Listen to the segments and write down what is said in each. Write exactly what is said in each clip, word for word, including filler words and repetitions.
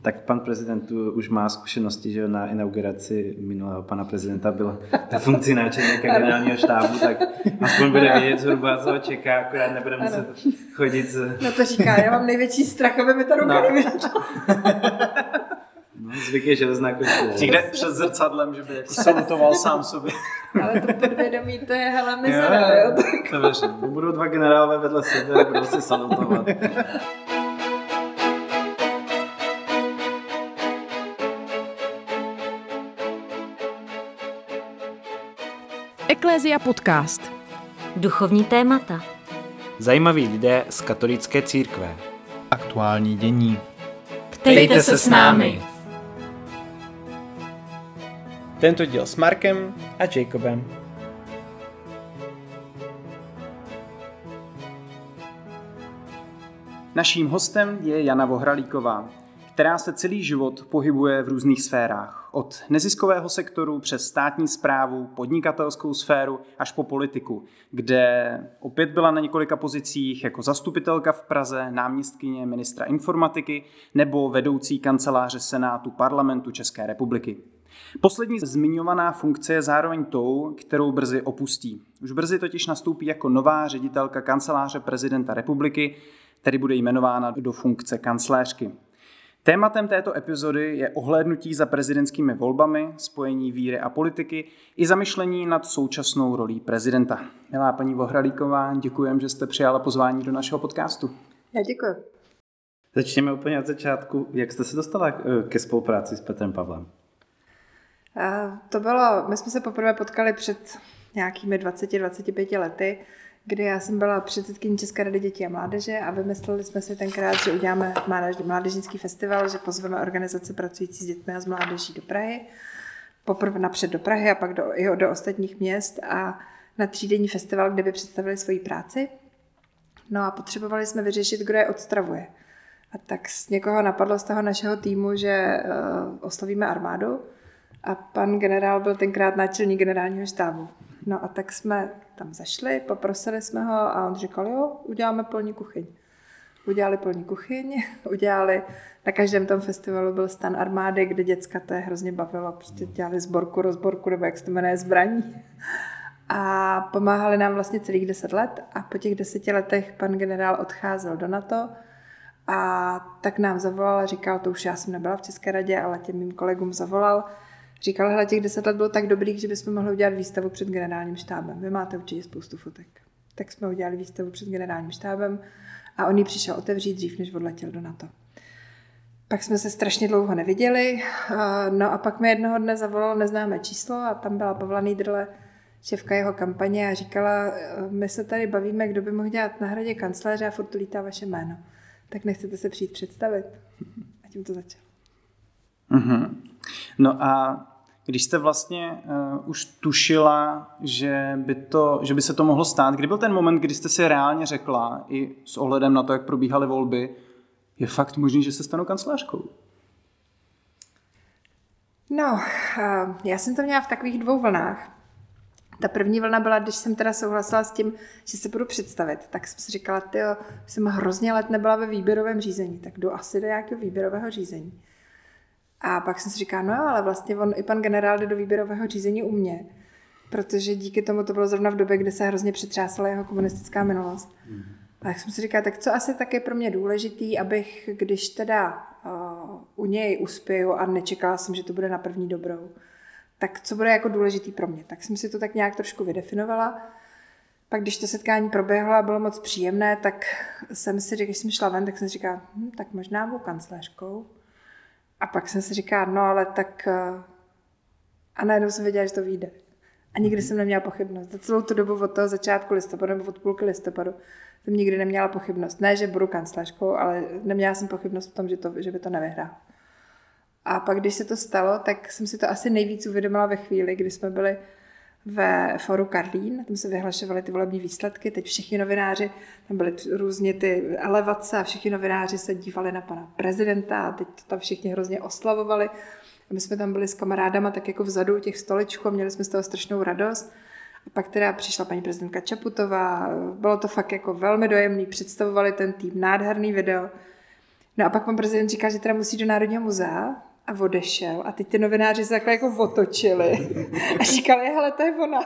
Tak pan prezident tu už má zkušenosti, že na inauguraci minulého pana prezidenta byl ve funkci náčelníka generálního štábu, tak aspoň bude vědět zhruba, co ho čeká, akorát nebude muset chodit z... No to říká, já mám největší strach, aby mi ta ruka no. nevyšla. No, zvyk je železná košile. Někde před zrcadlem, že by jako salutoval sám sobě. Ale to podvědomí, to je hele mizera, jo? To věřím. Budou dva generálové vedle sebe a budou se salutovat. Eklézia podcast. Duchovní témata. Zajímaví lidé z katolické církve. Aktuální dění. Ptejte se s námi. Tento díl s Markem a Jacobem. Naším hostem je Jana Vohralíková, která se celý život pohybuje v různých sférách. Od neziskového sektoru přes státní správu, podnikatelskou sféru až po politiku, kde opět byla na několika pozicích jako zastupitelka v Praze, náměstkyně ministra informatiky nebo vedoucí kanceláře Senátu Parlamentu České republiky. Poslední zmiňovaná funkce je zároveň tou, kterou brzy opustí. Už brzy totiž nastoupí jako nová ředitelka kanceláře prezidenta republiky, tedy bude jmenována do funkce kancléřky. Tématem této epizody je ohlédnutí za prezidentskými volbami, spojení víry a politiky i zamyšlení nad současnou rolí prezidenta. Milá paní Vohralíková, děkujem, že jste přijala pozvání do našeho podcastu. Já děkuji. Začněme úplně od začátku. Jak jste se dostala ke spolupráci s Petrem Pavlem? Uh, to bylo, my jsme se poprvé potkali před nějakými dvaceti dvaceti pěti lety, kdy já jsem byla předsedkyní České rady dětí a mládeže a vymysleli jsme si tenkrát, že uděláme mládežnický festival, že pozveme organizace pracující s dětmi a s mládeží do Prahy, poprvé napřed do Prahy a pak do, i do ostatních měst a na třídenní festival, kde by představili svoji práci. No a potřebovali jsme vyřešit, kdo je odstravuje. A tak z někoho napadlo z toho našeho týmu, že uh, oslovíme armádu a pan generál byl tenkrát náčelník generálního štábu. No a tak jsme tam zašli, poprosili jsme ho a on říkal, jo, uděláme polní kuchyň. Udělali polní kuchyň, udělali, na každém tom festivalu byl stan armády, kde děcka to je hrozně bavilo, prostě dělali sborku, rozborku, nebo jak se to jmenuje, zbraní. A pomáhali nám vlastně celých deset let a po těch deseti letech pan generál odcházel do NATO a tak nám zavolal a říkal, to už já jsem nebyla v České radě, ale těm mým kolegům zavolal, říkal, hele, těch deset let bylo tak dobrých, že bychom mohli udělat výstavu před generálním štábem. Vy máte určitě spoustu fotek. Tak jsme udělali výstavu před generálním štábem a on ji přišel otevřít dřív, než odletěl do NATO. Pak jsme se strašně dlouho neviděli, no a pak mi jednoho dne zavolal neznámé číslo a tam byla Pavla Nýdrle, šéfka jeho kampaně a říkala, my se tady bavíme, kdo by mohl dělat na hradě kancléře a furt tu lítá vaše jméno. Tak nechcete se přijít představit? A tím to začalo. Mm-hmm. No a když jste vlastně uh, už tušila, že by, to, že by se to mohlo stát, kdy byl ten moment, kdy jste si reálně řekla, i s ohledem na to, jak probíhaly volby, je fakt možný, že se stanu kancléřkou? No, uh, já jsem to měla v takových dvou vlnách. Ta první vlna byla, když jsem teda souhlasila s tím, že se budu představit, tak jsem si říkala, tyjo, jsem hrozně let nebyla ve výběrovém řízení, tak jdu asi do nějakého výběrového řízení. A pak jsem si říkala, no ale vlastně on i pan generál jde do výběrového řízení u mě, protože díky tomu to bylo zrovna v době, kdy se hrozně přetřásala jeho komunistická minulost. Mm. A tak jsem si říkala, tak co asi tak je pro mě důležitý, abych, když teda uh, u něj uspěju a nečekala jsem, že to bude na první dobrou, tak co bude jako důležitý pro mě. Tak jsem si to tak nějak trošku vydefinovala. Pak když to setkání proběhlo a bylo moc příjemné, tak jsem si říkala, když jsem šla ven, tak jsem si říkala, hm, tak možná budu kancléřkou. A pak jsem si říkala, no ale tak... A najednou jsem věděla, že to vyjde. A nikdy jsem neměla pochybnost. Za celou tu dobu od toho začátku listopadu nebo od půlky listopadu jsem nikdy neměla pochybnost. Ne, že budu kancléřkou, ale neměla jsem pochybnost v tom, že, to, že by to nevyhrál. A pak, když se to stalo, tak jsem si to asi nejvíc uvědomila ve chvíli, kdy jsme byli ve foru Karlín, tam se vyhlašovaly ty volební výsledky, teď všichni novináři, tam byly různě ty elevace a všichni novináři se dívali na pana prezidenta a teď to tam všichni hrozně oslavovali. A my jsme tam byli s kamarádama tak jako vzadu těch stoličků a měli jsme z toho strašnou radost. A pak teda přišla paní prezidentka Čaputová, bylo to fakt jako velmi dojemný, představovali ten tým, nádherný video. No a pak pan prezident říkal, že teda musí do Národního muzea a odešel. A teď ty novináři se takhle jako otočili a říkali, hele, to je ona.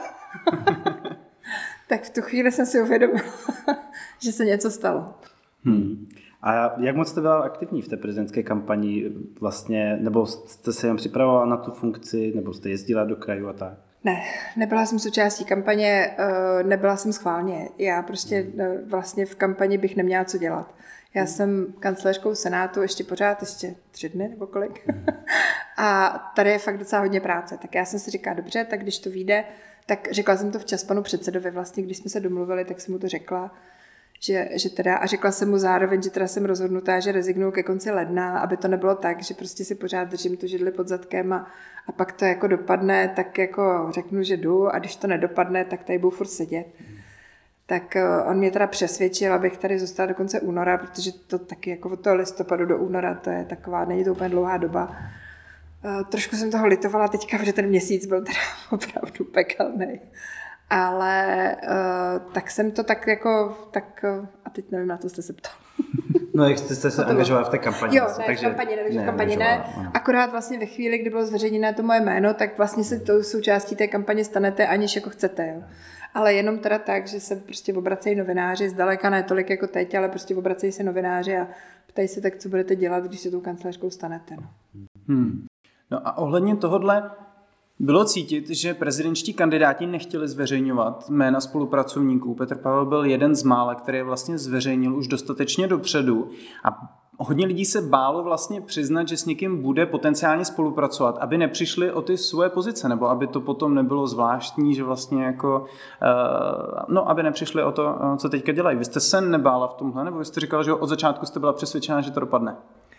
Tak v tu chvíli jsem si uvědomila, že se něco stalo. Hmm. A jak moc jste byla aktivní v té prezidentské kampani vlastně, nebo jste se jen připravovala na tu funkci, nebo jste jezdila do krajů a tak? Ne, nebyla jsem součástí kampaně, nebyla jsem schválně. Já prostě vlastně v kampani bych neměla co dělat. Já jsem kancléřkou Senátu ještě pořád, ještě tři dny nebo kolik. A tady je fakt docela hodně práce. Tak já jsem si říkala, dobře, tak když to vyjde, tak řekla jsem to včas panu předsedovi. Vlastně, když jsme se domluvili, tak jsem mu to řekla. Že, že teda, a řekla jsem mu zároveň, že teda jsem rozhodnutá, že rezignuju ke konci ledna, aby to nebylo tak, že prostě si pořád držím tu židli pod zadkem a, a pak to jako dopadne, tak jako řeknu, že jdu a když to nedopadne, tak tady budu furt sedět. Tak on mě teda přesvědčil, abych tady zůstala do konce února, protože to taky jako od toho listopadu do února, to je taková, není to úplně dlouhá doba. Trošku jsem toho litovala teďka, protože ten měsíc byl teda opravdu pekelný. Ale uh, tak jsem to tak jako, tak, uh, a teď nevím, na to jste se ptal. No, jak jste, jste se angažovala v té kampani. Jo, vlastně, ne, takže v kampani ne, takže v kampani ne. Ano. Akorát vlastně ve chvíli, kdy bylo zveřejněné to moje jméno, tak vlastně se tou součástí té kampaně stanete, aniž jako chcete. Jo. Ale jenom teda tak, že se prostě obracejí novináři, zdaleka ne tolik jako teď, ale prostě obracejí se novináři a ptají se tak, co budete dělat, když se tou kancléřkou stanete. No, hmm. no a ohledně tohodle bylo cítit, že prezidentští kandidáti nechtěli zveřejňovat jména spolupracovníků. Petr Pavel byl jeden z mála, který je vlastně zveřejnil už dostatečně dopředu a hodně lidí se bálo vlastně přiznat, že s někým bude potenciálně spolupracovat, aby nepřišli o ty svoje pozice, nebo aby to potom nebylo zvláštní, že vlastně jako, no, aby nepřišli o to, co teďka dělají. Vy jste se nebála v tomhle, nebo vy jste říkala, že od začátku jste byla přesvědčená, že to dopadne?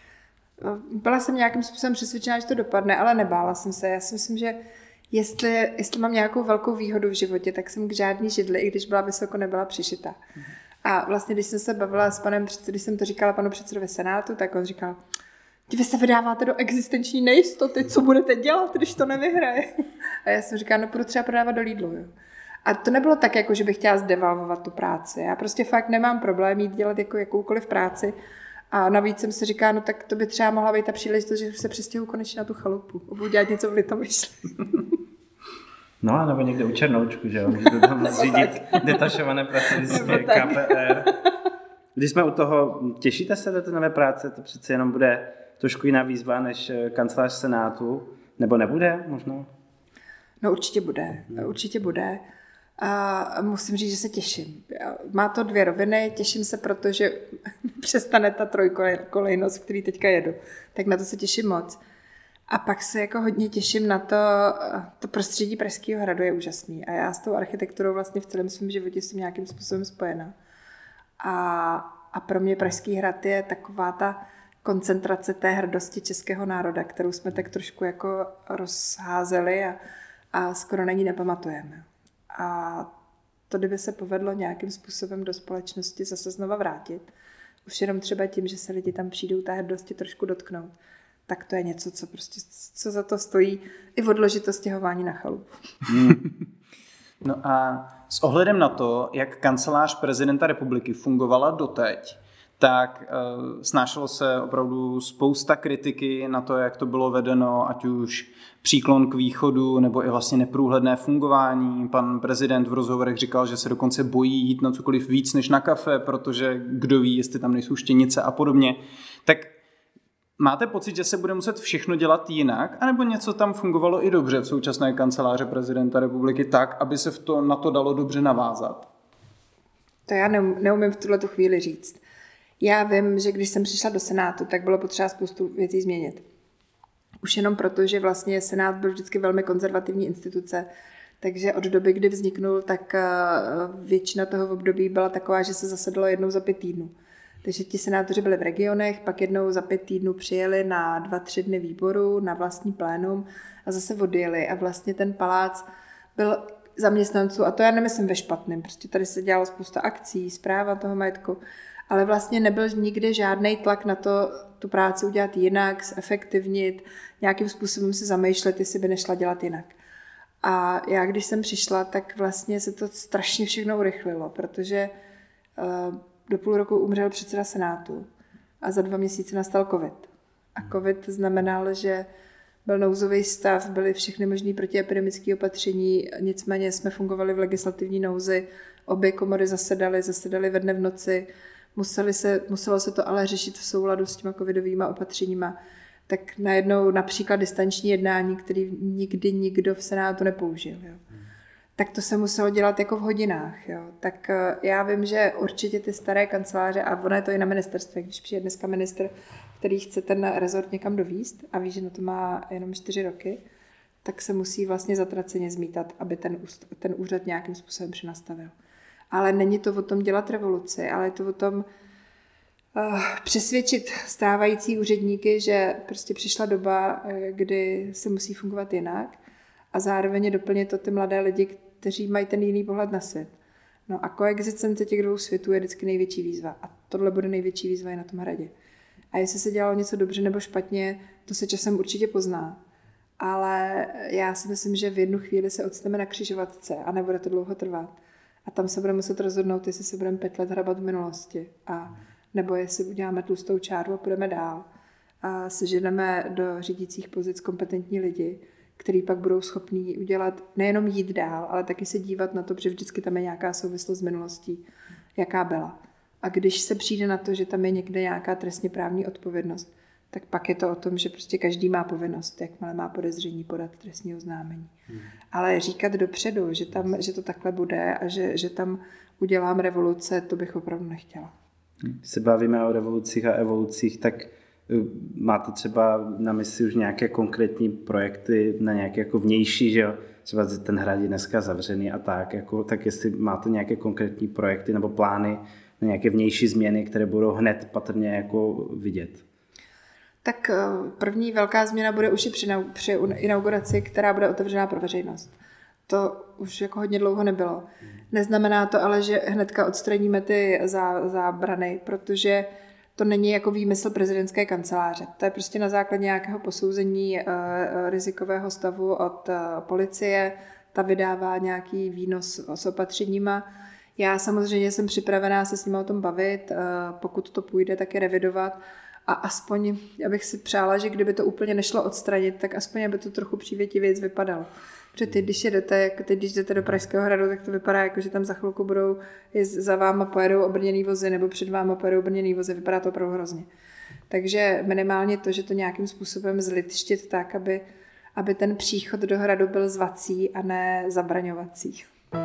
Byla jsem nějakým způsobem přesvědčená, že to dopadne, ale nebála jsem se. Já si myslím, že jestli, jestli mám nějakou velkou výhodu v životě, tak jsem k žádný židli, i když byla vysoko, nebyla přišita. A vlastně, když jsem se bavila s panem předsedou, když jsem to říkala panu předsedovi Senátu, tak on říkal, vy se vydáváte do existenční nejistoty, co budete dělat, když to nevyhraje? A já jsem říkala, no budu třeba prodávat do Lidlu. Jo. A to nebylo tak, jako, že bych chtěla zdevalvovat tu práci. Já prostě fakt nemám problém jít dělat jako jakoukoliv práci. A navíc jsem si říkala, no tak to by třeba mohla být ta příležitost, že se přestěhuji konečně na tu chalupu. Budu dělat něco v Litomyšli. No, nebo někde u Černoučku, že jo? Můžete tam zřídit detašované pracoviště, K P R. Když jsme u toho, těšíte se do té nové práce? To přece jenom bude trošku jiná výzva než kancelář Senátu. Nebo nebude možná? No určitě bude, určitě bude. A musím říct, že se těším. Má to dvě roviny, těším se, protože přestane ta trojkolejnost, v který teďka jedu. Tak na to se těším moc. A pak se jako hodně těším na to, to prostředí Pražského hradu je úžasný. A já s tou architekturou vlastně v celém svém životě jsem nějakým způsobem spojena. A, a pro mě Pražský hrad je taková ta koncentrace té hrdosti českého národa, kterou jsme tak trošku jako rozházeli a, a skoro na ní nepamatujeme. A to, kdyby se povedlo nějakým způsobem do společnosti zase znova vrátit, už jenom třeba tím, že se lidi tam přijdou té hrdosti trošku dotknout, tak to je něco, co prostě, co za to stojí i odložit to stěhování na chalupu. No a s ohledem na to, jak kancelář prezidenta republiky fungovala doteď, tak e, snášelo se opravdu spousta kritiky na to, jak to bylo vedeno, ať už příklon k východu, nebo i vlastně neprůhledné fungování. Pan prezident v rozhovorech říkal, že se dokonce bojí jít na cokoliv víc než na kafe, protože kdo ví, jestli tam nejsou štěnice a podobně. Tak máte pocit, že se bude muset všechno dělat jinak, anebo něco tam fungovalo i dobře v současné kanceláře prezidenta republiky tak, aby se v to, na to dalo dobře navázat? To já neumím v tuhle chvíli říct. Já vím, že když jsem přišla do Senátu, tak bylo potřeba spoustu věcí změnit. Už jenom proto, že vlastně Senát byl vždycky velmi konzervativní instituce, takže od doby, kdy vzniknul, tak většina toho období byla taková, že se zasedalo jednou za pět týdnů. Takže ti senátoři byli v regionech, pak jednou za pět týdnů přijeli na dva, tři dny výboru, na vlastní plénum a zase odjeli. A vlastně ten palác byl zaměstnanců, a to já nemyslím ve špatném, prostě tady se dělalo spousta akcí, správa toho majetku, ale vlastně nebyl nikde žádný tlak na to, tu práci udělat jinak, zefektivnit, nějakým způsobem se zamýšlet, jestli by nešla dělat jinak. A já, když jsem přišla, tak vlastně se to strašně všechno urychlilo, protože uh, do půl roku umřel předseda Senátu. a za dva měsíce nastal covid. A covid znamenal, že byl nouzový stav, byly všechny možné protiepidemické opatření, nicméně jsme fungovali v legislativní nouzi, obě komory zasedaly, zasedaly ve dne v noci, museli se, muselo se to ale řešit v souladu s těma covidovými opatřeníma. Tak najednou například distanční jednání, který nikdy nikdo v Senátu nepoužil. Jo. Tak to se muselo dělat jako v hodinách. Jo. Tak já vím, že určitě ty staré kanceláře, a ono je to i na ministerstve, když přijde dneska ministr, který chce ten rezort někam dovíst a ví, že na to má jenom čtyři roky, tak se musí vlastně zatraceně zmítat, aby ten, ten úřad nějakým způsobem přenastavil. Ale není to o tom dělat revoluci, ale je to o tom uh, přesvědčit stávající úředníky, že prostě přišla doba, kdy se musí fungovat jinak a zároveň doplnit to ty mladé lidi, kteří mají ten jiný pohled na svět. No a koexistence těch dvou světů je vždycky největší výzva. A tohle bude největší výzva i na tom hradě. A jestli se dělalo něco dobře nebo špatně, to se časem určitě pozná. Ale já si myslím, že v jednu chvíli se odstaneme na křižovatce a nebude to dlouho trvat. A tam se budeme muset rozhodnout, jestli se budeme pět let hrabat v minulosti. A nebo jestli uděláme tlustou čáru a půjdeme dál. A seženeme do řídících pozic kompetentní lidi, který pak budou schopní udělat, nejenom jít dál, ale taky se dívat na to, protože vždycky tam je nějaká souvislost s minulostí, jaká byla. A když se přijde na to, že tam je někde nějaká trestně právní odpovědnost, tak pak je to o tom, že prostě každý má povinnost, jakmile má podezření, podat trestní oznámení. Hmm. Ale říkat dopředu, že, tam, že to takhle bude a že, že tam udělám revoluce, to bych opravdu nechtěla. Když se bavíme o revolucích a evolucích, tak máte třeba na mysli už nějaké konkrétní projekty na nějaké jako vnější, že jo? Třeba ten hrad je dneska zavřený a tak, jako, tak jestli máte nějaké konkrétní projekty nebo plány na nějaké vnější změny, které budou hned patrně jako vidět. Tak první velká změna bude už i při, při inauguraci, která bude otevřená pro veřejnost. To už jako hodně dlouho nebylo. Neznamená to ale, že hnedka odstraníme ty zá, zábrany, protože to není jako výmysl prezidentské kanceláře. To je prostě na základě nějakého posouzení uh, rizikového stavu od uh, policie. Ta vydává nějaký výnos s opatřeníma. Já samozřejmě jsem připravená se s nimi o tom bavit, uh, pokud to půjde, tak je revidovat. A aspoň, abych si přála, že kdyby to úplně nešlo odstranit, tak aspoň aby to trochu přívětivěc vypadalo. Protože teď, když jdete, teď, když jdete do Pražského hradu, tak to vypadá jako, že tam za chvilku budou, za váma pojedou obrněný vozy nebo před váma pojedou obrněný vozy, vypadá to opravdu hrozně. Takže minimálně to, že to nějakým způsobem zlidštit tak, aby, aby ten příchod do hradu byl zvací a ne zabraňovací.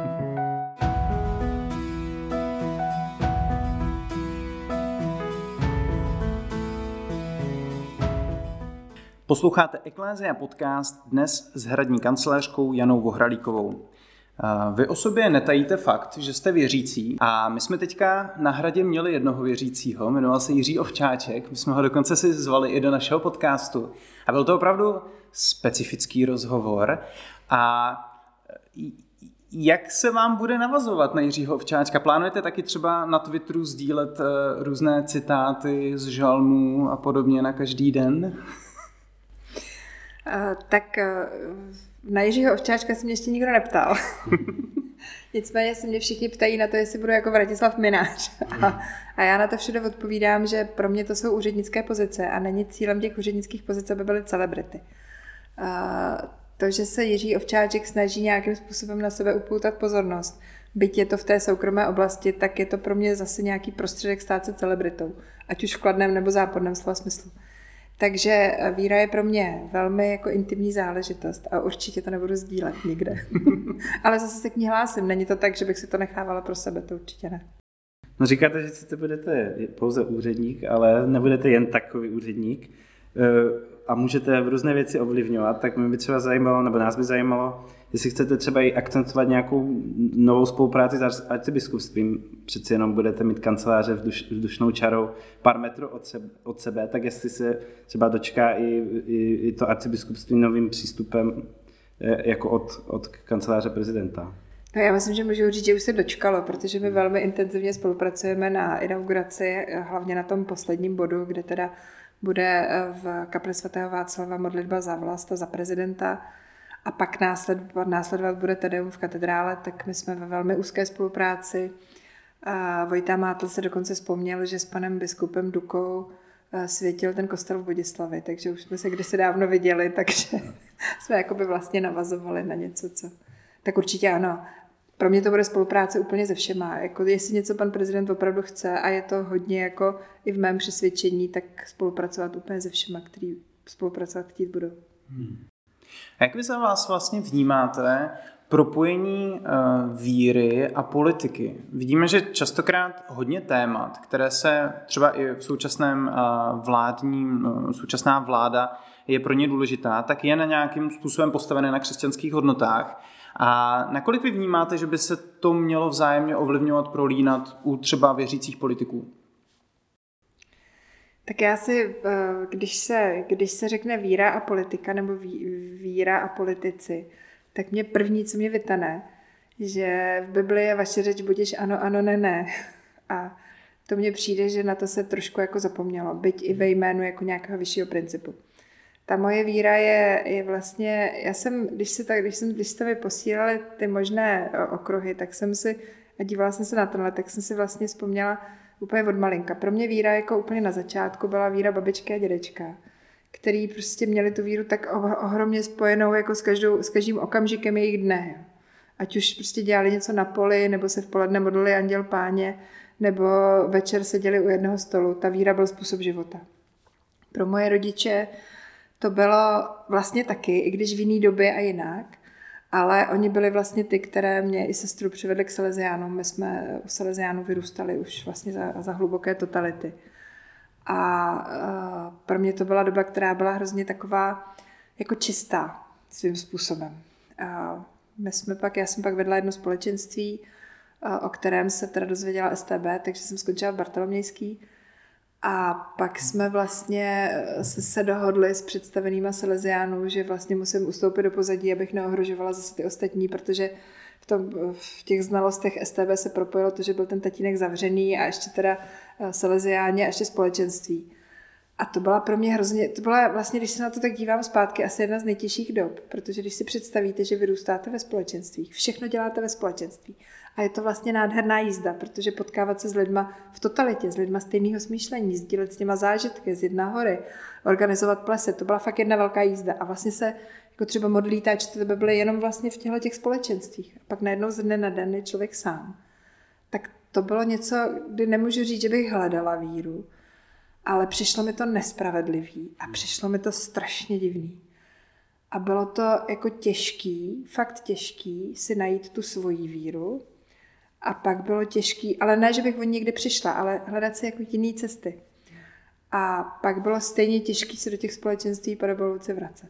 Posloucháte Eklézia podcast dnes s hradní kancléřkou Janou Vohralíkovou. Vy o sobě netajíte fakt, že jste věřící a my jsme teďka na hradě měli jednoho věřícího, jmenoval se Jiří Ovčáček, my jsme ho dokonce si zvali i do našeho podcastu a byl to opravdu specifický rozhovor. A jak se vám bude navazovat na Jiřího Ovčáčka? Plánujete taky třeba na Twitteru sdílet různé citáty z žalmů a podobně na každý den? Uh, tak uh, na Jiřího Ovčáčka se mě ještě nikdo neptal. Nicméně se mě všichni ptají na to, jestli budu jako Vratislav Minář. A, a já na to všude odpovídám, že pro mě to jsou úřednické pozice a není cílem těch úřednických pozic, aby byly celebrity. Uh, to, že se Jiří Ovčáček snaží nějakým způsobem na sebe upoutat pozornost, byť je to v té soukromé oblasti, tak je to pro mě zase nějaký prostředek stát se celebritou. Ať už v kladném nebo záporném slova smyslu. Takže víra je pro mě velmi jako intimní záležitost a určitě to nebudu sdílet nikde. Ale zase se k ní hlásím. Není to tak, že bych si to nechávala pro sebe, to určitě ne. No říkáte, že sice budete pouze úředník, ale nebudete jen takový úředník a můžete různé věci ovlivňovat, tak mě by třeba zajímalo, nebo nás by zajímalo, jestli chcete třeba i akcentovat nějakou novou spolupráci s arcibiskupstvím, přeci jenom budete mít kanceláře vzdušnou čarou pár metrů od sebe, od sebe, tak jestli se třeba dočká i, i, i to arcibiskupství novým přístupem jako od, od kanceláře prezidenta. No já myslím, že můžu říct, že už se dočkalo, protože my velmi intenzivně spolupracujeme na inauguraci, hlavně na tom posledním bodu, kde teda bude v kapli svatého Václava modlitba za vlast a za prezidenta a pak následovat, následovat bude Tedeum v katedrále, tak my jsme ve velmi úzké spolupráci. A Vojta Mátl se dokonce vzpomněl, že s panem biskupem Dukou světil ten kostel v Bodislavi, takže už jsme se kdysi dávno viděli, takže jsme jakoby vlastně navazovali na něco, co... Tak určitě ano. Pro mě to bude spolupráce úplně se všema. Jako jestli něco pan prezident opravdu chce a je to hodně jako i v mém přesvědčení, tak spolupracovat úplně se všema, který spolupracovat chtít budou. Hmm. A jak vy za vás vlastně vnímáte propojení uh, víry a politiky? Vidíme, že častokrát hodně témat, které se třeba i v současném uh, vládním, uh, současná vláda je pro ně důležitá, tak je na nějakým způsobem postavené na křesťanských hodnotách. A nakolik vy vnímáte, že by se to mělo vzájemně ovlivňovat, prolínat u třeba věřících politiků? Tak já si, když se, když se řekne víra a politika nebo víra a politici, tak mě první, co mě vytane, že v Bibli je vaše řeč budiš ano, ano, ne, ne. A to mně přijde, že na to se trošku jako zapomnělo, byť i ve jménu jako nějakého vyššího principu. Ta moje víra je, je vlastně, já jsem, když, se tak, když, jsem, když jste mi posílali ty možné okruhy, tak jsem si, a dívala jsem se na tenhle, tak jsem si vlastně vzpomněla úplně od malinka. Pro mě víra jako úplně na začátku byla víra babičky a dědečka, který prostě měli tu víru tak ohromně spojenou jako s, každou, s každým okamžikem jejich dne. Ať už prostě dělali něco na poli, nebo se v poledne modlili Anděl Páně, nebo večer seděli u jednoho stolu. Ta víra byl způsob života. Pro moje rodiče to bylo vlastně taky, i když v jiný době a jinak, ale oni byli vlastně ty, které mě i sestru přivedli k Salesiánům. My jsme u Salesiánů vyrůstali už vlastně za, za hluboké totality. A, a pro mě to byla doba, která byla hrozně taková jako čistá svým způsobem. A my jsme pak, já jsem pak vedla jedno společenství, o kterém se teda dozvěděla S T B, takže jsem skončila v Bartolomějský. A pak jsme vlastně se, se dohodli s představenýma Salesiánů, že vlastně musím ustoupit do pozadí, abych neohrožovala zase ty ostatní, protože v, tom, v těch znalostech S T B se propojilo to, že byl ten tatínek zavřený a ještě teda Salesiáni a ještě společenství. A to byla pro mě hrozně, to byla vlastně, když se na to tak dívám zpátky, asi jedna z nejtěžších dob, protože když si představíte, že vyrůstáte ve společenství, všechno děláte ve společenství a je to vlastně nádherná jízda, protože potkávat se s lidma v totalitě, s lidma stejného smýšlení, sdílet s těma zážitky, zjet na hory, organizovat plesy, to byla fakt jedna velká jízda a vlastně se jako třeba modlíte a čtete Bibli jenom vlastně v těchto těch společenstvích. A pak najednou ze dne na den je člověk sám. Tak to bylo něco, kdy nemůžu říct, že bych hledala víru, ale přišlo mi to nespravedlivý a přišlo mi to strašně divný. A bylo to jako těžký, fakt těžký si najít tu svoji víru a pak bylo těžký, ale ne, že bych o ní někdy přišla, ale hledat si jako jiný cesty. A pak bylo stejně těžký se do těch společenství po revoluci vracet.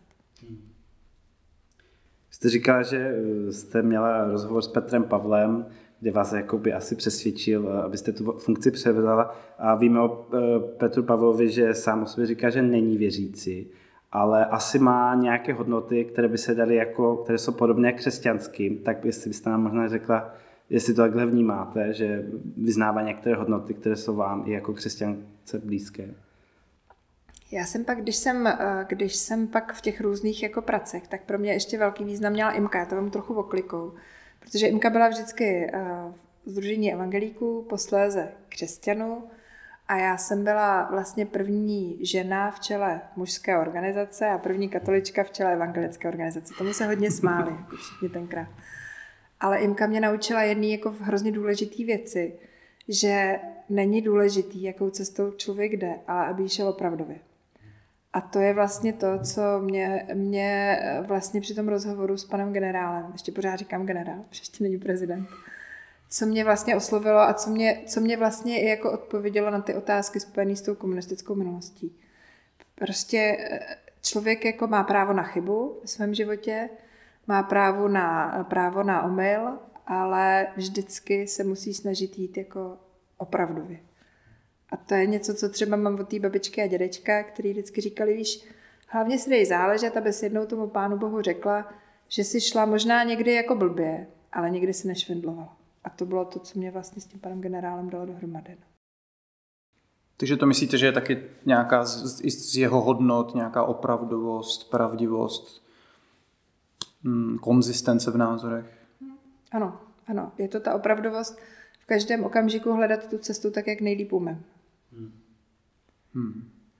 Jste říkala, že jste měla rozhovor s Petrem Pavlem, kde vás jakoby asi přesvědčil, abyste tu funkci převzala. A víme o Petru Pavlovi, že sám o sobě říká, že není věřící, ale asi má nějaké hodnoty, které by se daly jako, které jsou podobné křesťanským. Tak jestli byste nám možná řekla, jestli to takhle vnímáte, že vyznává některé hodnoty, které jsou vám i jako křesťance blízké. Já jsem pak, když jsem, když jsem pak v těch různých jako pracech, tak pro mě ještě velký význam měla Imka, já to mám trochu oklikou, protože Imka byla vždycky v sdružení evangelíků, posléze křesťanů a já jsem byla vlastně první žena v čele mužské organizace a první katolička v čele evangelické organizace. Tomu se hodně smáli, jako všichni tenkrát. Ale Imka mě naučila jedný jako hrozně důležitý věci, že není důležitý, jakou cestou člověk jde, ale aby šel opravdově. A to je vlastně to, co mě, mě vlastně při tom rozhovoru s panem generálem, ještě pořád říkám generál, protože ještě není prezident, co mě vlastně oslovilo a co mě, co mě vlastně i jako odpovědělo na ty otázky spojené s tou komunistickou minulostí. Prostě člověk jako má právo na chybu v svém životě, má právo na, právo na omyl, ale vždycky se musí snažit jít jako opravdově. A to je něco, co třeba mám od té babičky a dědečka, který vždycky říkali, víš, hlavně si dej záležet, aby si jednou tomu Pánu Bohu řekla, že si šla možná někdy jako blbě, ale nikdy si nešvindlovala. A to bylo to, co mě vlastně s tím panem generálem dalo dohromady. Takže to myslíte, že je taky nějaká z, z jeho hodnot, nějaká opravdovost, pravdivost, hmm, konzistence v názorech? Ano, ano, je to ta opravdovost. V každém okamžiku hledat tu cestu tak, jak nejlíp umím. Hmm.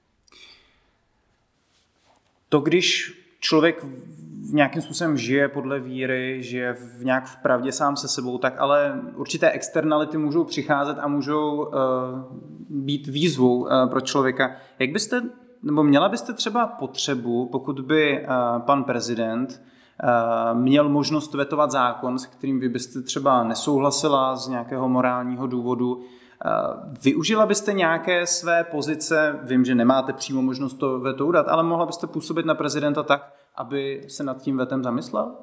To, když člověk v nějakým způsobem žije podle víry, žije v nějak v pravdě sám se sebou, tak ale určité externality můžou přicházet a můžou uh, být výzvou uh, pro člověka. Jak byste, nebo měla byste třeba potřebu, pokud by uh, pan prezident uh, měl možnost vetovat zákon, s kterým vy byste třeba nesouhlasila z nějakého morálního důvodu, využila byste nějaké své pozice, vím, že nemáte přímo možnost to veto udat, ale mohla byste působit na prezidenta tak, aby se nad tím vetem zamyslel?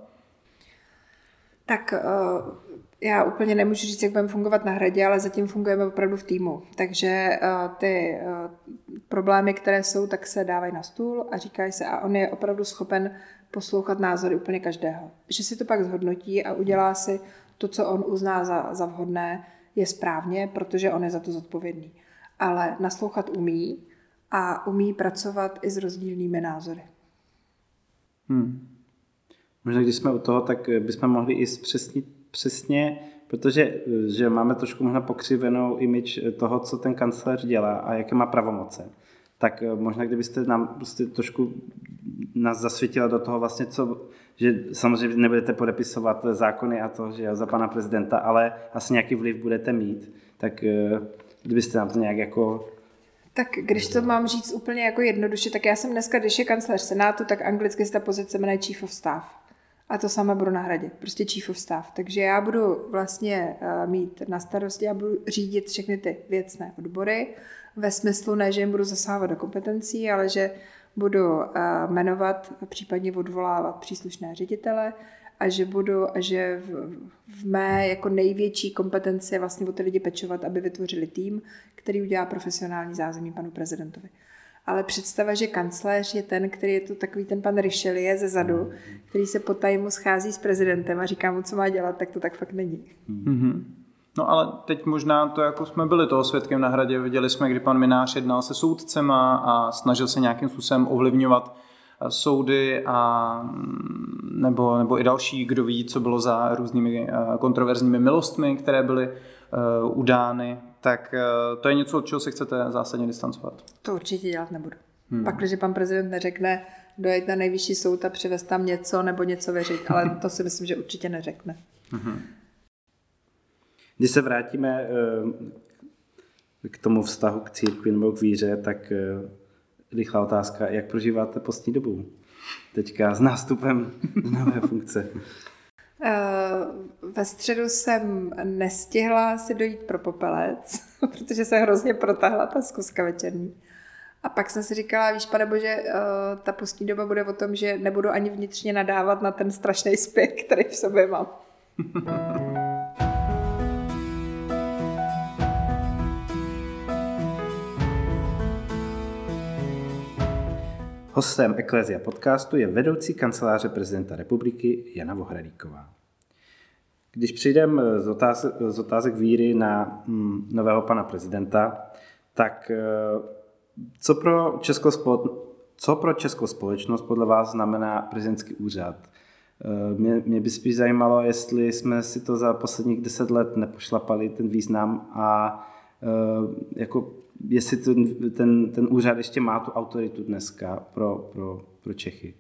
Tak já úplně nemůžu říct, jak budeme fungovat na Hradě, ale zatím fungujeme opravdu v týmu. Takže ty problémy, které jsou, tak se dávají na stůl a říkají se, a on je opravdu schopen poslouchat názory úplně každého. Že si to pak zhodnotí a udělá si to, co on uzná za, za vhodné, je správně, protože on je za to zodpovědný. Ale naslouchat umí a umí pracovat i s rozdílnými názory. Hmm. Možná, když jsme u toho, tak bychom mohli i zpřesnit přesně, protože že máme trošku možná pokřivenou image toho, co ten kancléř dělá a jaké má pravomoce. Tak možná, kdybyste nám prostě trošku nás zasvětila do toho vlastně, co, že samozřejmě nebudete podepisovat zákony a to, že za pana prezidenta, ale asi nějaký vliv budete mít, tak kdybyste nám to nějak jako... Tak když to mám říct úplně jako jednoduše, tak já jsem dneska, když je kancléř Senátu, tak anglicky se ta pozice jmenuje Chief of Staff. A to samé budu na Hradě, prostě Chief of Staff. Takže já budu vlastně mít na starosti, já budu řídit všechny ty věcné odbory, ve smyslu ne, že jim budu zasahovat do kompetencí, ale že budu jmenovat a případně odvolávat příslušné ředitele a že budu, a že v, v mé jako největší kompetenci vlastně o ty lidi pečovat, aby vytvořili tým, který udělá profesionální zázemí panu prezidentovi. Ale představa, že kancléř je ten, který je tu takový ten pan Richelieu ze zadu, který se po tajmu schází s prezidentem a říká mu, co má dělat, tak to tak fakt není. Mm-hmm. No ale teď možná to, jako jsme byli toho svědkem na Hradě, viděli jsme, kdy pan Mynář jednal se soudcema a snažil se nějakým způsobem ovlivňovat soudy a nebo, nebo i další, kdo ví, co bylo za různými kontroverzními milostmi, které byly uh, udány, tak uh, to je něco, od čeho se chcete zásadně distancovat. To určitě dělat nebudu. Hmm. Pak, když pan prezident neřekne, dojít na nejvyšší soud a přivést tam něco nebo něco věřit, ale to si myslím, že určitě neřekne. Hmm. Když se vrátíme k tomu vztahu k církvi nebo k víře, tak rychlá otázka, jak prožíváte postní dobu? Teďka s nástupem nové funkce. Ve středu jsem nestihla si dojít pro popelec, protože se hrozně protahla ta zkuska večerní. A pak jsem si říkala, víš, pane bože, ta postní doba bude o tom, že nebudu ani vnitřně nadávat na ten strašný spěch, který v sobě mám. Hostem Ecclesia podcastu je vedoucí kanceláře prezidenta republiky Jana Vohralíková. Když přijdeme z otázek, z otázek víry na hm, nového pana prezidenta, tak co pro, českou spole, co pro českou společnost podle vás znamená prezidentský úřad? Mě, mě by spíš zajímalo, jestli jsme si to za posledních deset let nepošlapali, ten význam, a jako jestli ten, ten, ten úřad ještě má tu autoritu dneska pro, pro, pro Čechy.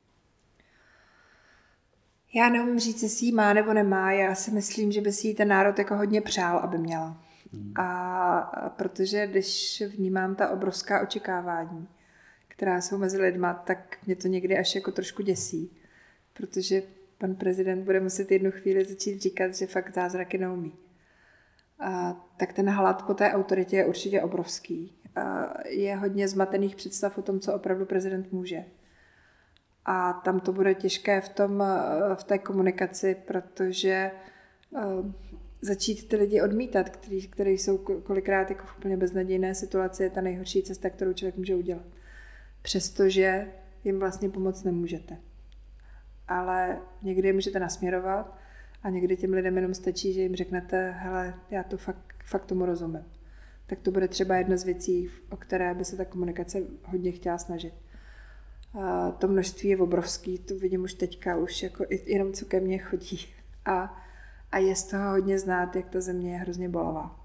Já neumím říct, jestli ji má nebo nemá. Já si myslím, že by si ji ten národ jako hodně přál, aby měla. Hmm. A protože když vnímám ta obrovská očekávání, která jsou mezi lidma, tak mě to někdy až jako trošku děsí. Protože pan prezident bude muset jednu chvíli začít říkat, že fakt zázraky neumí. A tak ten hlad po té autoritě je určitě obrovský. A je hodně zmatených představ o tom, co opravdu prezident může. A tam to bude těžké v, tom, v té komunikaci, protože začít ty lidi odmítat, který, který jsou kolikrát jako v úplně beznadějné situaci, je ta nejhorší cesta, kterou člověk může udělat. Přestože jim vlastně pomoct nemůžete. Ale někdy je můžete nasměrovat a někdy těm lidem jenom stačí, že jim řeknete, hele, já to fakt, fakt tomu rozumím. Tak to bude třeba jedna z věcí, o které by se ta komunikace hodně chtěla snažit. A to množství je obrovský, to vidím už teďka, už jako jenom co ke mně chodí. A, a je z toho hodně znát, jak ta země je hrozně bolavá.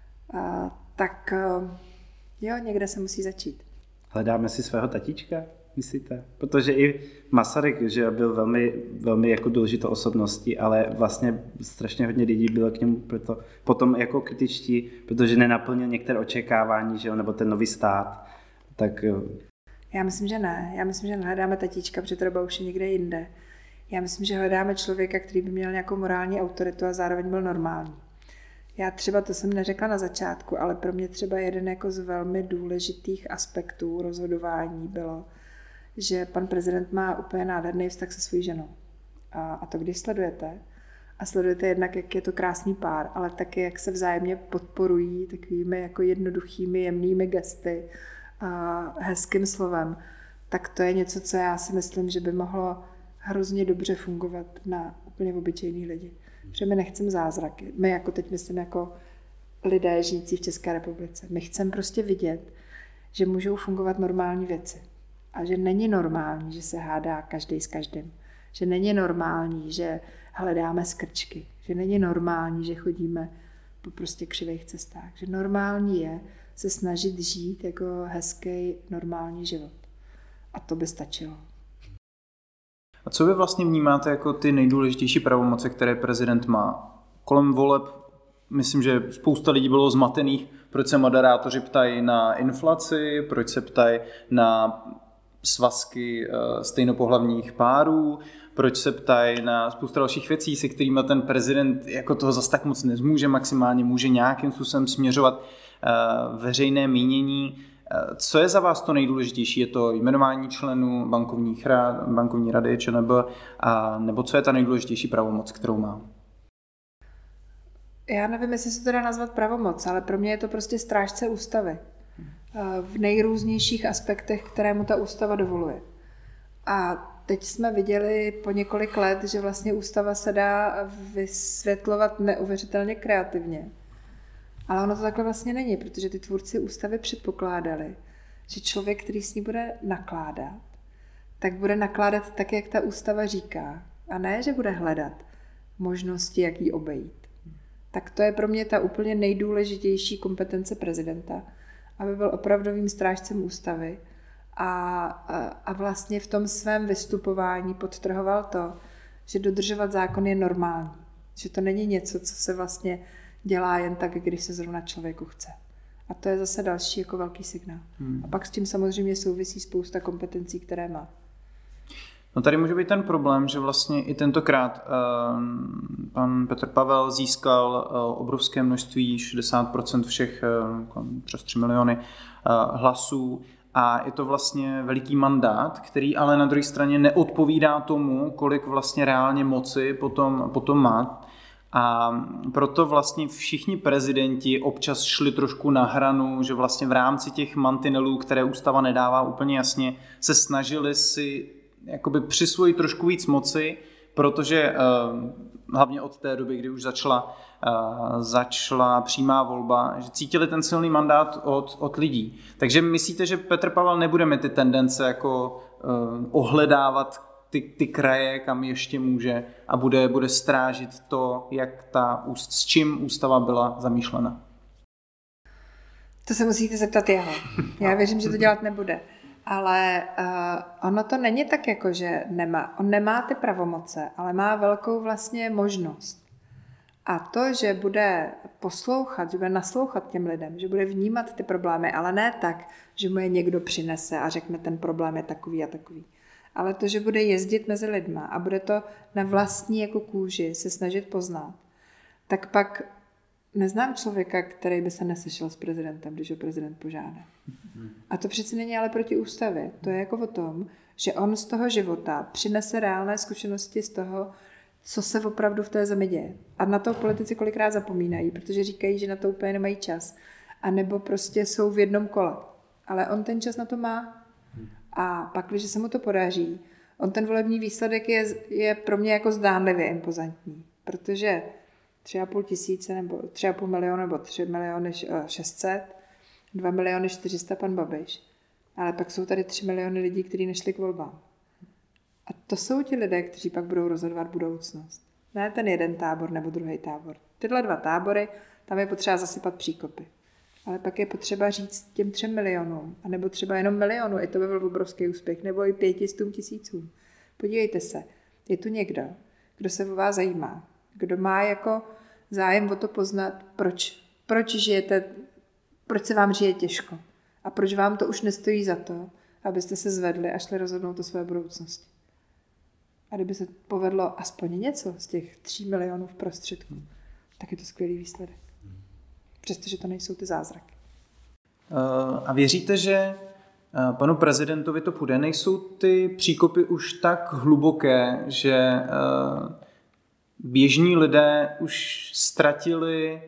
A, tak jo, někde se musí začít. Hledáme si svého tatíčka? Myslíte? Protože i Masaryk, že byl velmi, velmi jako důležitou osobností, ale vlastně strašně hodně lidí bylo k němu proto, potom jako kritičtí, protože nenaplnil některé očekávání, že jo, nebo ten nový stát. Tak... Já myslím, že ne. Já myslím, že nehledáme tatíčka, protože třeba už je někde jinde. Já myslím, že hledáme člověka, který by měl nějakou morální autoritu a zároveň byl normální. Já třeba, to jsem neřekla na začátku, ale pro mě třeba jeden jako z velmi důležitých aspektů rozhodování bylo, že pan prezident má úplně nádherný vztah se svou ženou. A, a to když sledujete, a sledujete jednak, jak je to krásný pár, ale taky, jak se vzájemně podporují takovými jako jednoduchými, jemnými gesty a hezkým slovem, tak to je něco, co já si myslím, že by mohlo hrozně dobře fungovat na úplně obyčejný lidi. Protože my nechceme zázraky. My jako teď myslím jako lidé žijící v České republice. My chceme prostě vidět, že můžou fungovat normální věci. A že není normální, že se hádá každý s každým. Že není normální, že hledáme skrčky. Že není normální, že chodíme po prostě křivých cestách. Že normální je se snažit žít jako hezký, normální život. A to by stačilo. A co vy vlastně vnímáte jako ty nejdůležitější pravomoce, které prezident má? Kolem voleb, myslím, že spousta lidí bylo zmatených, proč se moderátoři ptají na inflaci, proč se ptají na svazky stejnopohlavních párů, proč se ptají na spoustu dalších věcí, se kterými ten prezident jako toho zas tak moc nezmůže, maximálně může nějakým způsobem směřovat veřejné mínění. Co je za vás to nejdůležitější? Je to jmenování členů bankovních rad, bankovní rady ČNB, a nebo co je ta nejdůležitější pravomoc, kterou má? Já nevím, jestli se to dá nazvat pravomoc, ale pro mě je to prostě strážce ústavy. V nejrůznějších aspektech, které mu ta ústava dovoluje. A teď jsme viděli po několik let, že vlastně ústava se dá vysvětlovat neuvěřitelně kreativně. Ale ono to takhle vlastně není, protože ty tvůrci ústavy předpokládali, že člověk, který s ní bude nakládat, tak bude nakládat tak, jak ta ústava říká. A ne, že bude hledat možnosti, jak ji obejít. Tak to je pro mě ta úplně nejdůležitější kompetence prezidenta, aby byl opravdovým strážcem ústavy a, a, a vlastně v tom svém vystupování podtrhoval to, že dodržovat zákon je normální. Že to není něco, co se vlastně dělá jen tak, když se zrovna člověku chce. A to je zase další jako velký signál. Hmm. A pak s tím samozřejmě souvisí spousta kompetencí, které má. No tady může být ten problém, že vlastně i tentokrát uh, pan Petr Pavel získal uh, obrovské množství, šedesát procent všech, uh, přes tři miliony uh, hlasů, a je to vlastně veliký mandát, který ale na druhé straně neodpovídá tomu, kolik vlastně reálně moci potom, potom má. A proto vlastně všichni prezidenti občas šli trošku na hranu, že vlastně v rámci těch mantinelů, které ústava nedává úplně jasně, se snažili si jakoby přisvojit trošku víc moci, protože hlavně od té doby, kdy už začala, začala přímá volba, že cítili ten silný mandát od, od lidí. Takže myslíte, že Petr Pavel nebude mít ty tendence jako ohledávat Ty, ty kraje, kam ještě může, a bude, bude strážit to, jak ta, s čím ústava byla zamýšlena? To se musíte zeptat jeho. Já věřím, že to dělat nebude. Ale uh, ono to není tak, jako že nemá. On nemá ty pravomoce, ale má velkou vlastně možnost. A to, že bude poslouchat, že bude naslouchat těm lidem, že bude vnímat ty problémy, ale ne tak, že mu je někdo přinese a řekne, ten problém je takový a takový. Ale to, že bude jezdit mezi lidma a bude to na vlastní jako kůži se snažit poznat, tak pak neznám člověka, který by se nesešel s prezidentem, když ho prezident požádá. A to přeci není ale proti ústavě. To je jako o tom, že on z toho života přinese reálné zkušenosti z toho, co se opravdu v té zemi děje. A na to politici kolikrát zapomínají, protože říkají, že na to úplně nemají čas. A nebo prostě jsou v jednom kole. Ale on ten čas na to má. A pak, když se mu to podaří, on ten volební výsledek je, je pro mě jako zdánlivě impozantní, protože tři a půl tisíce nebo tři a půl milionu nebo tři miliony šest set, dva miliony čtyři sta pan Babiš, ale pak jsou tady tři miliony lidí, kteří nešli k volbám. A to jsou ti lidé, kteří pak budou rozhodovat budoucnost. Ne ten jeden tábor nebo druhý tábor. Tyhle dva tábory, tam je potřeba zasypat příkopy. Ale pak je potřeba říct těm třem milionům, anebo třeba jenom milionu, i to by byl obrovský úspěch, nebo i pětistům tisícům. Podívejte se, je tu někdo, kdo se o vás zajímá, kdo má jako zájem o to poznat, proč, proč žijete, proč se vám žije těžko a proč vám to už nestojí za to, abyste se zvedli a šli rozhodnout o své budoucnosti. A kdyby se povedlo aspoň něco z těch tří milionů v prostředku, tak je to skvělý výsledek. Přestože to nejsou ty zázraky. A věříte, že panu prezidentovi to půjde? Nejsou ty příkopy už tak hluboké, že běžní lidé už ztratili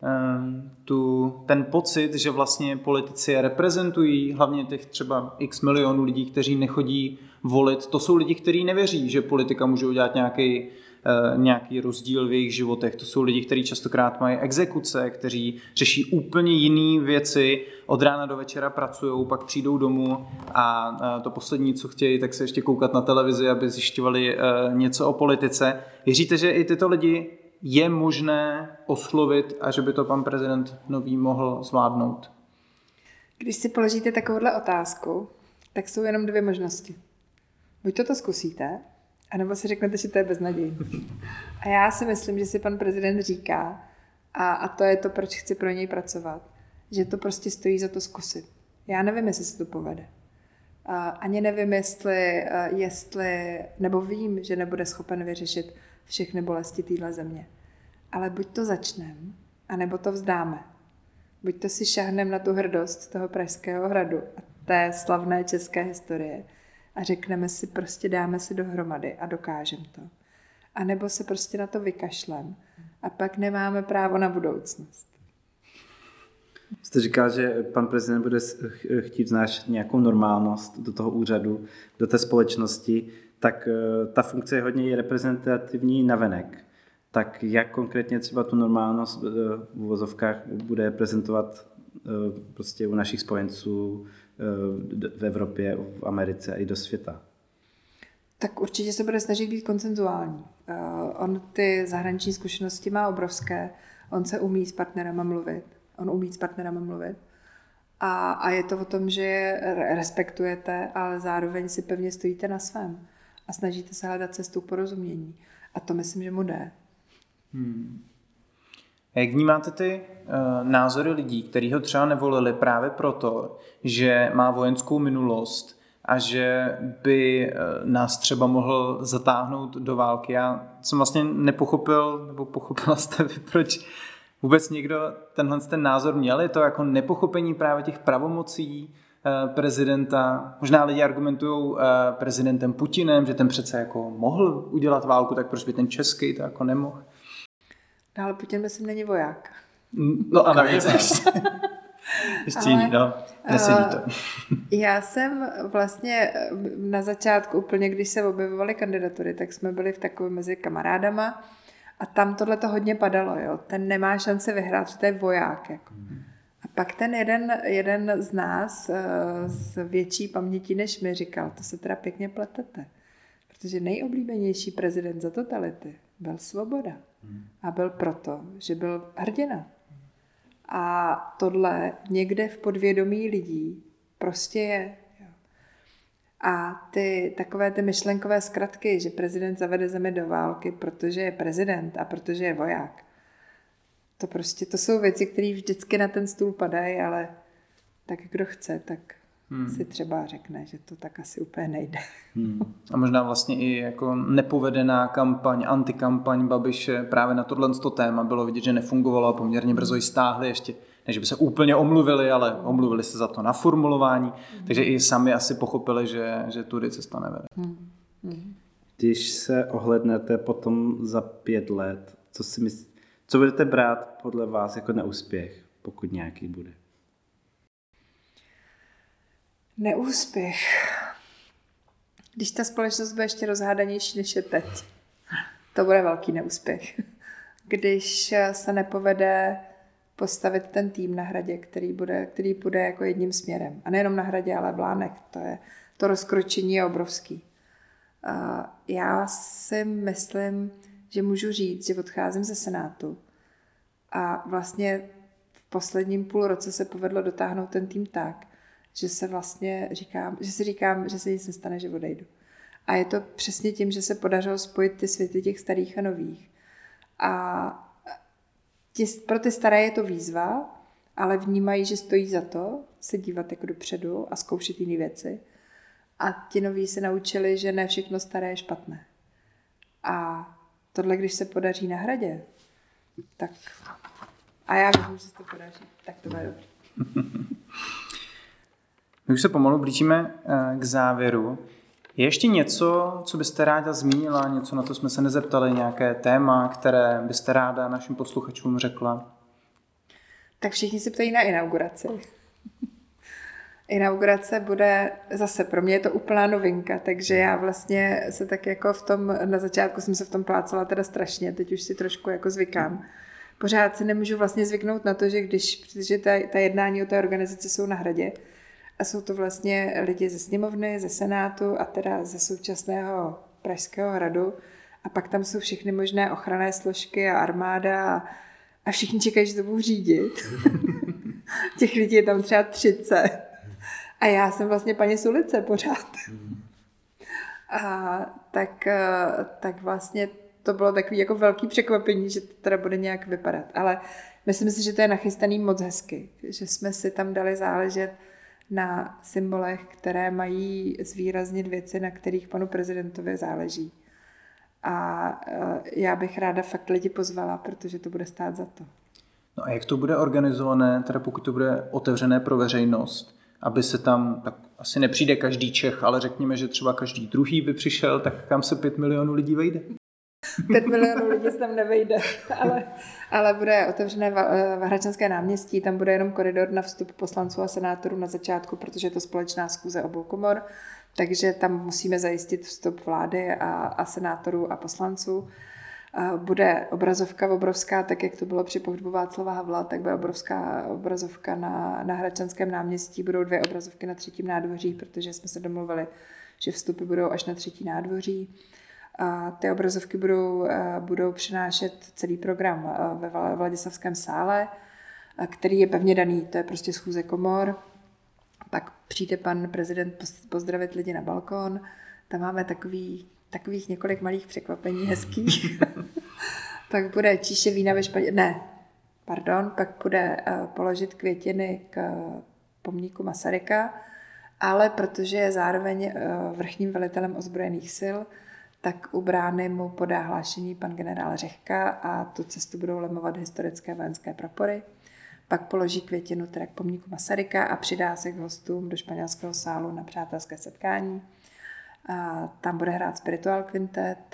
tu, ten pocit, že vlastně politici je reprezentují, hlavně těch třeba x milionů lidí, kteří nechodí volit. To jsou lidi, kteří nevěří, že politika může udělat nějaký, nějaký rozdíl v jejich životech. To jsou lidi, kteří častokrát mají exekuce, kteří řeší úplně jiné věci, od rána do večera pracují, pak přijdou domů a to poslední, co chtějí, tak se ještě koukat na televizi, aby zjišťovali něco o politice. Věříte, že i tyto lidi je možné oslovit a že by to pan prezident nový mohl zvládnout? Když si položíte takovouhle otázku, tak jsou jenom dvě možnosti. Buď to to zkusíte, anebo si řeknete, že to je beznadějné. A já si myslím, že si pan prezident říká, a, a to je to, proč chci pro něj pracovat, že to prostě stojí za to zkusit. Já nevím, jestli se to povede. A ani nevím, jestli, jestli, nebo vím, že nebude schopen vyřešit všechny bolesti téhle země. Ale buď to začneme, anebo to vzdáme. Buď to si šáhneme na tu hrdost toho Pražského hradu a té slavné české historie a řekneme si, prostě dáme si dohromady a dokážeme to. A nebo se prostě na to vykašlem a pak nemáme právo na budoucnost. Jste říkal, že pan prezident bude chtít vnášet nějakou normálnost do toho úřadu, do té společnosti, tak ta funkce je hodně reprezentativní navenek. Tak jak konkrétně třeba tu normálnost v uvozovkách bude prezentovat prostě u našich spojenců v Evropě, v Americe a i do světa? Tak určitě se bude snažit být konsenzuální. On ty zahraniční zkušenosti má obrovské, on se umí s partnerama mluvit, on umí s partnerama mluvit a, a je to o tom, že je respektujete, ale zároveň si pevně stojíte na svém a snažíte se hledat cestu k porozumění. A to myslím, že mu jde. Hmm. Jak vnímáte ty uh, názory lidí, kteří ho třeba nevolili právě proto, že má vojenskou minulost a že by uh, nás třeba mohl zatáhnout do války? Já jsem vlastně nepochopil, nebo pochopila jste vy, proč vůbec někdo tenhle ten názor měl? Je to jako nepochopení právě těch pravomocí prezidenta. Možná lidi argumentují prezidentem Putinem, že ten přece jako mohl udělat válku, tak proč by ten český to jako nemohl? No, ale Putin myslím není voják. No a navíc ještě. Ještě jiný, no. Nesedí to. Já jsem vlastně na začátku úplně, když se objevovaly kandidatury, tak jsme byli v takovém mezi kamarádama a tam tohle to hodně padalo, jo. Ten nemá šanci vyhrát, protože to je voják, jako. A pak ten jeden, jeden z nás s větší pamětí než my říkal, to se teda pěkně pletete, protože nejoblíbenější prezident za totality byl Svoboda. A byl proto, že byl hrdina. A tohle někde v podvědomí lidí prostě je. Jo. A ty takové ty myšlenkové zkratky, že prezident zavede zemi do války, protože je prezident a protože je voják, to prostě, to jsou věci, které vždycky na ten stůl padají, ale tak kdo chce, tak hmm. si třeba řekne, že to tak asi úplně nejde. Hmm. A možná vlastně i jako nepovedená kampaň, antikampaň Babiše právě na tohle téma bylo vidět, že nefungovalo a poměrně brzo ji stáhli ještě, než by se úplně omluvili, ale omluvili se za to na formulování, hmm. takže i sami asi pochopili, že, že tudy cesta nevede. Hmm. Hmm. Když se ohlednete potom za pět let, co si myslíte, co budete brát podle vás jako neúspěch, pokud nějaký bude? Neúspěch. Když ta společnost bude ještě rozhádanější, než je teď, to bude velký neúspěch. Když se nepovede postavit ten tým na Hradě, který bude, který bude jako jedním směrem. A nejenom na Hradě, ale v Lánech. To, je, to rozkročení je obrovský. Já si myslím, že můžu říct, že odcházím ze Senátu a vlastně posledním půl roce se povedlo dotáhnout ten tým tak, že se vlastně říkám, že si říkám, že se nic nestane, že odejdu. A je to přesně tím, že se podařilo spojit ty světy těch starých a nových. A tě, pro ty staré je to výzva, ale vnímají, že stojí za to se dívat jako dopředu a zkoušet jiné věci. A ti noví se naučili, že ne všechno staré je špatné. A tohle, když se podaří na Hradě, tak a já vím, že se to podaří, tak to bude dobrý. My už se pomalu blížíme k závěru. Je ještě něco, co byste ráda zmínila, něco, na to jsme se nezeptali, nějaké téma, které byste ráda našim posluchačům řekla? Tak všichni se ptají na inauguraci. Inaugurace bude zase, pro mě je to úplná novinka, takže já vlastně se tak jako v tom, na začátku jsem se v tom plácala teda strašně, teď už si trošku jako zvykám. Pořád si nemůžu vlastně zvyknout na to, že když, protože ta, ta jednání o té organizaci jsou na Hradě a jsou to vlastně lidi ze sněmovny, ze senátu a teda ze současného Pražského hradu a pak tam jsou všechny možné ochranné složky a armáda a, a všichni čekají, že to budou řídit. Těch lidí je tam třeba třicet. A já jsem vlastně paní z ulice pořád. A tak, tak vlastně to bylo takový jako velký překvapení, že to teda bude nějak vypadat. Ale myslím si, že to je nachystaný moc hezky. Že jsme si tam dali záležet na symbolech, které mají zvýraznit věci, na kterých panu prezidentovi záleží. A já bych ráda fakt lidi pozvala, protože to bude stát za to. No a jak to bude organizované, teda pokud to bude otevřené pro veřejnost, aby se tam, tak asi nepřijde každý Čech, ale řekněme, že třeba každý druhý by přišel, tak kam se pět milionů lidí vejde? Pět milionů lidí se tam nevejde, ale, ale bude otevřené v Hradčanské náměstí, tam bude jenom koridor na vstup poslanců a senátorů na začátku, protože je to společná schůze obou komor, takže tam musíme zajistit vstup vlády a, a senátorů a poslanců. Bude obrazovka obrovská, tak jak to bylo při pohřbu Václava Havla, tak bude obrovská obrazovka na, na Hradčanském náměstí, budou dvě obrazovky na třetím nádvoří, protože jsme se domluvili, že vstupy budou až na třetí nádvoří. A ty obrazovky budou, budou přinášet celý program ve Vladislavském sále, který je pevně daný, to je prostě schůze komor. Pak přijde pan prezident pozdravit lidi na balkon, tam máme takový takových několik malých překvapení hezkých. Pak bude číše vína ve Španě... Ne, pardon, pak bude uh, položit květiny k pomníku Masaryka, ale protože je zároveň uh, vrchním velitelem ozbrojených sil, tak u brány mu podá hlášení pan generál Řehka a tu cestu budou lemovat historické vojenské prapory. Pak položí květinu teda k pomníku Masaryka a přidá se k hostům do španělského sálu na přátelské setkání. A tam bude hrát Spiritual Quintet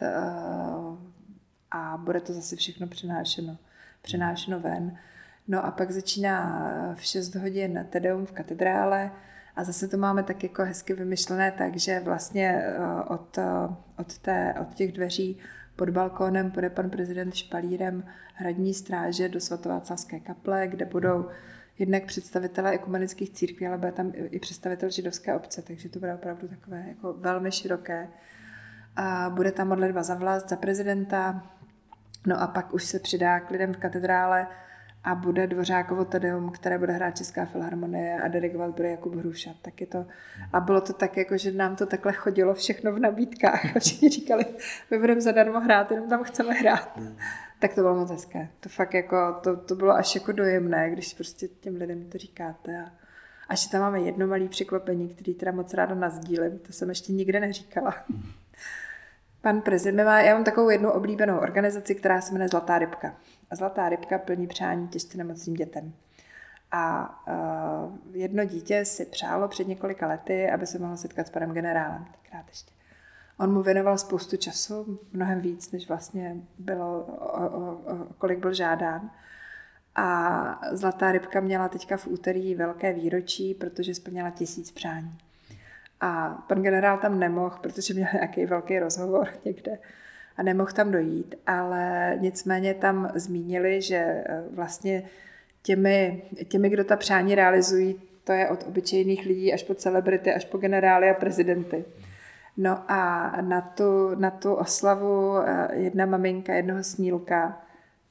a bude to zase všechno přenášeno, přenášeno ven. No a pak začíná v šest hodin Tedeum v katedrále a zase to máme tak jako hezky vymyšlené, takže vlastně od, od, té, od těch dveří pod balkónem půjde pan prezident špalírem hradní stráže do svatováclavské kaple, kde budou jednak představitelé ekumenických církví, ale bude tam i představitel židovské obce, takže to bude opravdu takové jako velmi široké. A bude tam modlitba za vlast, za prezidenta, no a pak už se přidá k lidem v katedrále a bude Dvořákovo Tedeum, které bude hrát Česká filharmonie a dirigovat bude Jakub Hruša. Tak je to, a bylo to tak, jako, že nám to takhle chodilo všechno v nabídkách a všichni říkali, my budeme zadarmo hrát, jenom tam chceme hrát. Tak to bylo moc hezké. To fakt jako, to, to bylo až jako dojemné, když prostě těm lidem to říkáte. A až tam máme jedno malé překvapení, který teda moc ráda nasdílím, to jsem ještě nikde neříkala. Pan prezident má, já mám takovou jednu oblíbenou organizaci, která se jmenuje Zlatá rybka. A Zlatá rybka plní přání těžce nemocným dětem. A uh, jedno dítě si přálo před několika lety, aby se mohlo setkat s panem generálem. Tenkrát ještě. On mu věnoval spoustu času, mnohem víc, než vlastně bylo, o, o, o, kolik byl žádán. A Zlatá rybka měla teďka v úterý velké výročí, protože splněla tisíc přání. A pan generál tam nemohl, protože měl nějaký velký rozhovor někde a nemohl tam dojít, ale nicméně tam zmínili, že vlastně těmi, těmi, kdo ta přání realizují, to je od obyčejných lidí až po celebrity, až po generály a prezidenty. No a na tu, na tu oslavu jedna maminka jednoho snílka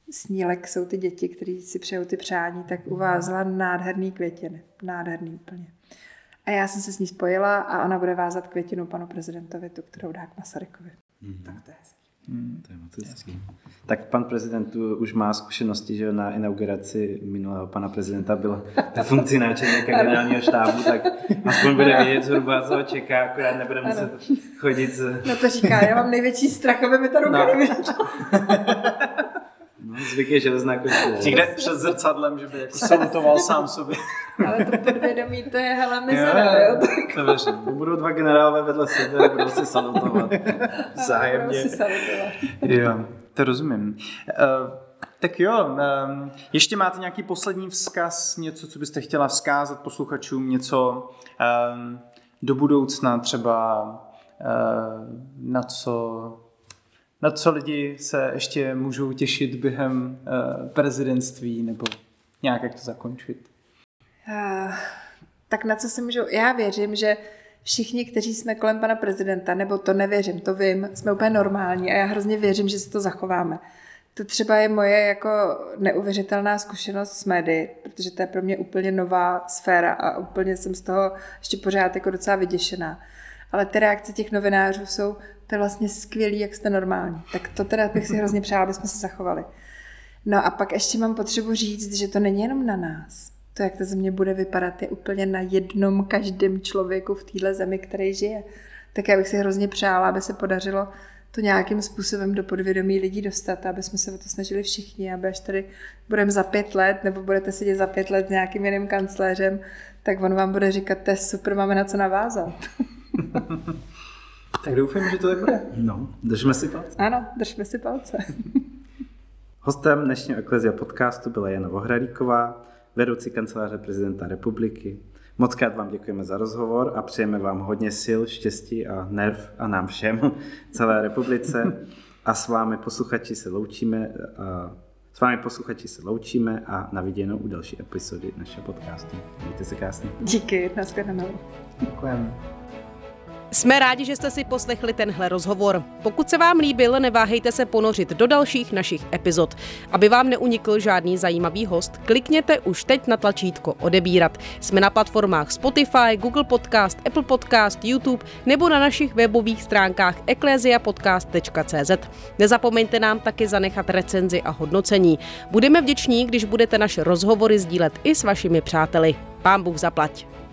snílek jsou ty děti, kteří si přejou ty přání, tak uvázla nádherný květiny. Nádherný úplně. A já jsem se s ní spojila a ona bude vázat květinu panu prezidentovi, tu, kterou dá k Masarykovi. Mm. Tak to je hezký. Mm, to je moc hezký. Tak pan prezident tu už má zkušenosti, že na inauguraci minulého pana prezidenta byl ve funkci náčelníka generálního štábu, tak aspoň bude vědět zhruba, co ho čeká, akorát nebude muset chodit z... No to říká, já mám největší strach, aby mi ta ruka nevyšla. No, zvyk je železná košile. Někde před zrcadlem, že by jako salutoval sám sobě. Ale to podvědomí, to je hele mizera, jo? To věřím. Budou dva generálové vedle sebe a budou si salutovat. Vzájemně. Budou si salutovat. Jo, to rozumím. Uh, tak jo, um, ještě máte nějaký poslední vzkaz, něco, co byste chtěla vzkázat posluchačům, něco um, do budoucna třeba, uh, na co... Na co lidi se ještě můžou těšit během uh, prezidentství nebo nějak jak to zakončit? Uh, tak na co se můžou... Já věřím, že všichni, kteří jsme kolem pana prezidenta, nebo to nevěřím, to vím, jsme úplně normální a já hrozně věřím, že si to zachováme. To třeba je moje jako neuvěřitelná zkušenost s médií, protože to je pro mě úplně nová sféra a úplně jsem z toho ještě pořád jako docela vyděšená. Ale ty reakce těch novinářů jsou, to je vlastně skvělý, jak jste normální. Tak to teda bych si hrozně přála, aby jsme se zachovali. No a pak ještě mám potřebu říct, že to není jenom na nás. To, jak ta země bude vypadat, je úplně na jednom každém člověku v téhle zemi, který žije. Tak já bych si hrozně přála, aby se podařilo to nějakým způsobem do podvědomí lidí dostat, aby jsme se o to snažili všichni, aby až tady budeme za pět let, nebo budete sedět za pět let s nějakým jiným kancléřem, tak on vám bude říkat, to je super, máme na co navázat. Tak doufám, že to tak bude. No, držme si palce. Ano, držme si palce. Hostem dnešního Eklezia podcastu byla Jana Vohralíková, vedoucí kanceláře prezidenta republiky. Moc krát vám děkujeme za rozhovor a přejeme vám hodně sil, štěstí a nerv a nám všem, celé republice. A s vámi posluchači se loučíme a s vámi posluchači se loučíme a na viděnou u další epizody našeho podcastu. Mějte se krásně. Díky, nashledanou. Děkujeme. Jsme rádi, že jste si poslechli tenhle rozhovor. Pokud se vám líbil, neváhejte se ponořit do dalších našich epizod. Aby vám neunikl žádný zajímavý host, klikněte už teď na tlačítko odebírat. Jsme na platformách Spotify, Google Podcast, Apple Podcast, YouTube nebo na našich webových stránkách eklezia podcast tečka cé zet. Nezapomeňte nám taky zanechat recenzi a hodnocení. Budeme vděční, když budete naše rozhovory sdílet i s vašimi přáteli. Pán Bůh zaplať.